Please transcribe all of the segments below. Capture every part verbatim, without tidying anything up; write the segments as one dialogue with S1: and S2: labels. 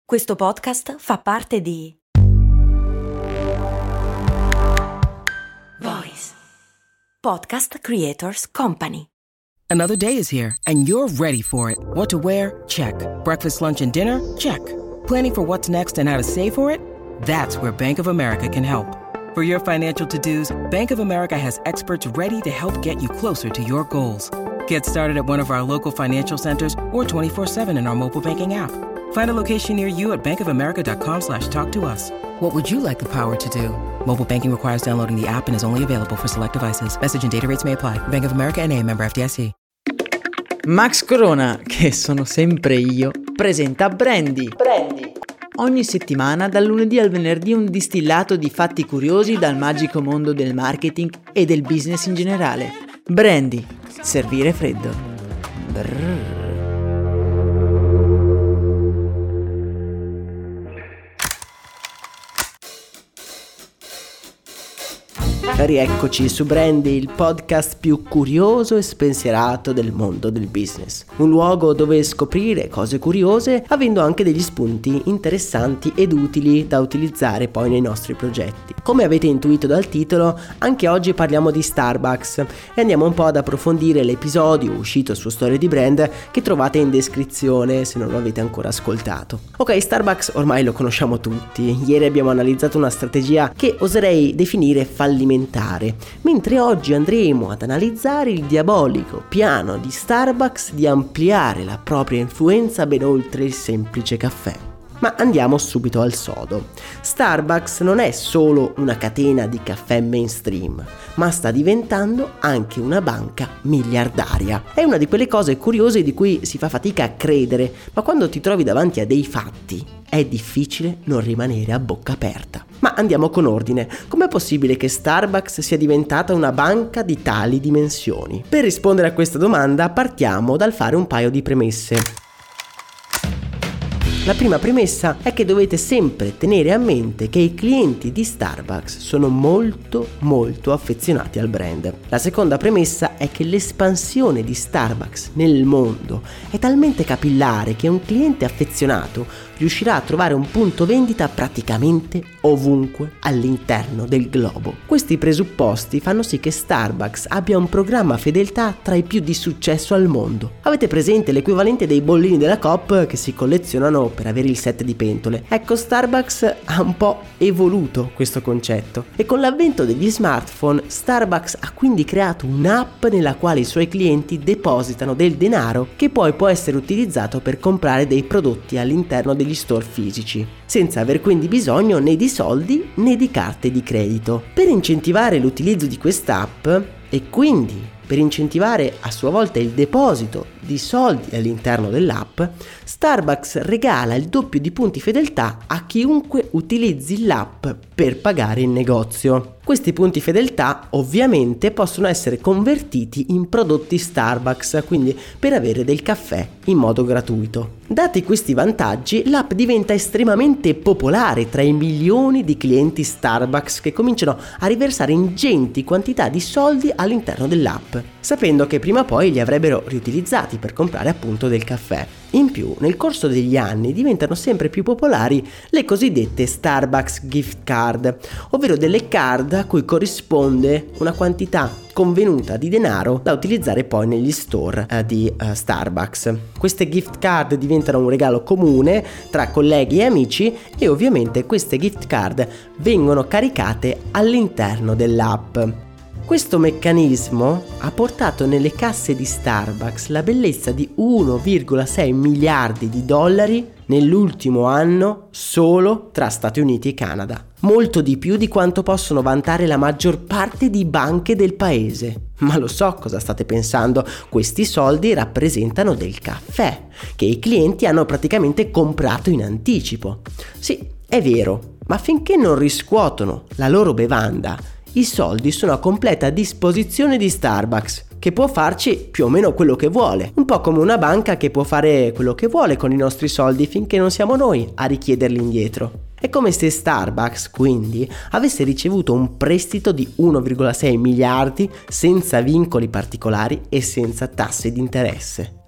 S1: Questo podcast fa parte di Voice Podcast Creators Company.
S2: Another day is here, and you're ready for it. What to wear? Check. Breakfast, lunch, and dinner? Check. Planning for what's next and how to save for it? That's where Bank of America can help. For your financial to-dos, Bank of America has experts ready to help get you closer to your goals. Get started at one of our local financial centers or twenty-four seven in our mobile banking app. Find a location near you at bankofamerica.com slash talk to us. What would you like the power to do? Mobile banking requires downloading the app and is only available for select devices. Message and data rates may apply. Bank of America N A, member F D I C.
S3: Max Corona, che sono sempre io, presenta Brandy. Brandy. Ogni settimana, dal lunedì al venerdì, un distillato di fatti curiosi dal magico mondo del marketing e del business in generale. Brandy. Servire freddo. Brrr. Rieccoci su Brandy, il podcast più curioso e spensierato del mondo del business. Un luogo dove scoprire cose curiose, avendo anche degli spunti interessanti ed utili da utilizzare poi nei nostri progetti. Come avete intuito dal titolo, anche oggi parliamo di Starbucks e andiamo un po' ad approfondire l'episodio uscito su Storie di Brand che trovate in descrizione se non lo avete ancora ascoltato. Ok, Starbucks ormai lo conosciamo tutti. Ieri abbiamo analizzato una strategia che oserei definire fallimentare, mentre oggi andremo ad analizzare il diabolico piano di Starbucks di ampliare la propria influenza ben oltre il semplice caffè. Ma andiamo subito al sodo. Starbucks non è solo una catena di caffè mainstream, ma sta diventando anche una banca miliardaria. È una di quelle cose curiose di cui si fa fatica a credere, ma quando ti trovi davanti a dei fatti è difficile non rimanere a bocca aperta. Ma andiamo con ordine. Com'è possibile che Starbucks sia diventata una banca di tali dimensioni? Per rispondere a questa domanda partiamo dal fare un paio di premesse. La prima premessa è che dovete sempre tenere a mente che i clienti di Starbucks sono molto molto affezionati al brand. La seconda premessa è che l'espansione di Starbucks nel mondo è talmente capillare che un cliente affezionato riuscirà a trovare un punto vendita praticamente ovunque all'interno del globo. Questi presupposti fanno sì che Starbucks abbia un programma fedeltà tra i più di successo al mondo. Avete presente l'equivalente dei bollini della Coop che si collezionano per avere il set di pentole? Ecco, Starbucks ha un po' evoluto questo concetto e con l'avvento degli smartphone Starbucks ha quindi creato un'app nella quale i suoi clienti depositano del denaro che poi può essere utilizzato per comprare dei prodotti all'interno degli store fisici, senza aver quindi bisogno né di soldi né di carte di credito. Per incentivare l'utilizzo di quest'app e quindi per incentivare a sua volta il deposito di soldi all'interno dell'app, Starbucks regala il doppio di punti fedeltà a chiunque utilizzi l'app per pagare in negozio. Questi punti fedeltà ovviamente possono essere convertiti in prodotti Starbucks, quindi per avere del caffè in modo gratuito. Dati questi vantaggi, l'app diventa estremamente popolare tra i milioni di clienti Starbucks che cominciano a riversare ingenti quantità di soldi all'interno dell'app, sapendo che prima o poi li avrebbero riutilizzati per comprare appunto del caffè. In più, nel corso degli anni diventano sempre più popolari le cosiddette Starbucks gift card, ovvero delle card a cui corrisponde una quantità convenuta di denaro da utilizzare poi negli store eh, di uh, Starbucks. Queste gift card diventano un regalo comune tra colleghi e amici e ovviamente queste gift card vengono caricate all'interno dell'app. Questo meccanismo ha portato nelle casse di Starbucks la bellezza di uno virgola sei miliardi di dollari nell'ultimo anno solo tra Stati Uniti e Canada. Molto di più di quanto possono vantare la maggior parte di banche del paese. Ma lo so cosa state pensando, questi soldi rappresentano del caffè, che i clienti hanno praticamente comprato in anticipo. Sì, è vero, ma finché non riscuotono la loro bevanda, i soldi sono a completa disposizione di Starbucks, che può farci più o meno quello che vuole, un po' come una banca che può fare quello che vuole con i nostri soldi finché non siamo noi a richiederli indietro. È come se Starbucks, quindi, avesse ricevuto un prestito di uno virgola sei miliardi senza vincoli particolari e senza tasse di interesse.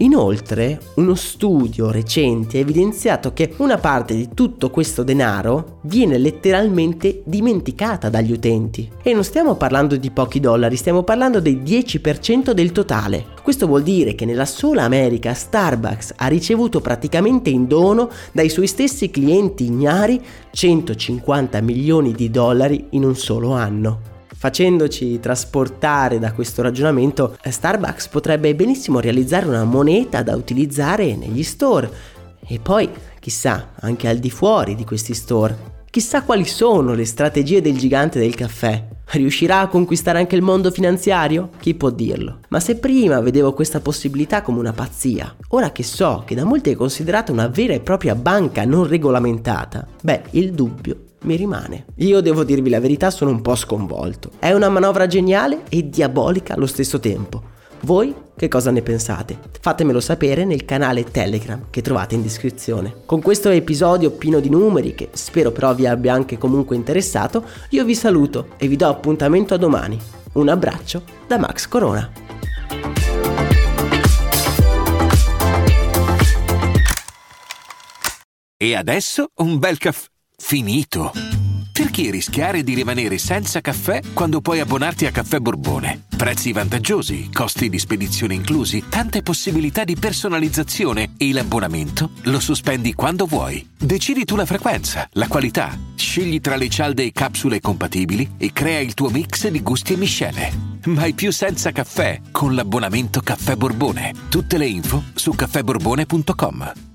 S3: Inoltre, uno studio recente ha evidenziato che una parte di tutto questo denaro viene letteralmente dimenticata dagli utenti. E non stiamo parlando di pochi dollari, stiamo parlando del dieci per cento del totale. Questo vuol dire che nella sola America Starbucks ha ricevuto praticamente in dono dai suoi stessi clienti ignari centocinquanta milioni di dollari in un solo anno. Facendoci trasportare da questo ragionamento, Starbucks potrebbe benissimo realizzare una moneta da utilizzare negli store e poi, chissà, anche al di fuori di questi store. Chissà quali sono le strategie del gigante del caffè. Riuscirà a conquistare anche il mondo finanziario? Chi può dirlo? Ma se prima vedevo questa possibilità come una pazzia, ora che so che da molti è considerata una vera e propria banca non regolamentata, beh, il dubbio mi rimane. Io devo dirvi la verità, sono un po' sconvolto. È una manovra geniale e diabolica allo stesso tempo. Voi che cosa ne pensate? Fatemelo sapere nel canale Telegram che trovate in descrizione. Con questo episodio pieno di numeri, che spero però vi abbia anche comunque interessato, io vi saluto e vi do appuntamento a domani. Un abbraccio da Max Corona.
S4: E adesso un bel caffè finito. Perché rischiare di rimanere senza caffè quando puoi abbonarti a Caffè Borbone? Prezzi vantaggiosi, costi di spedizione inclusi, tante possibilità di personalizzazione e l'abbonamento lo sospendi quando vuoi. Decidi tu la frequenza, la qualità, scegli tra le cialde e capsule compatibili e crea il tuo mix di gusti e miscele. Mai più senza caffè con l'abbonamento Caffè Borbone. Tutte le info su caffè borbone punto com.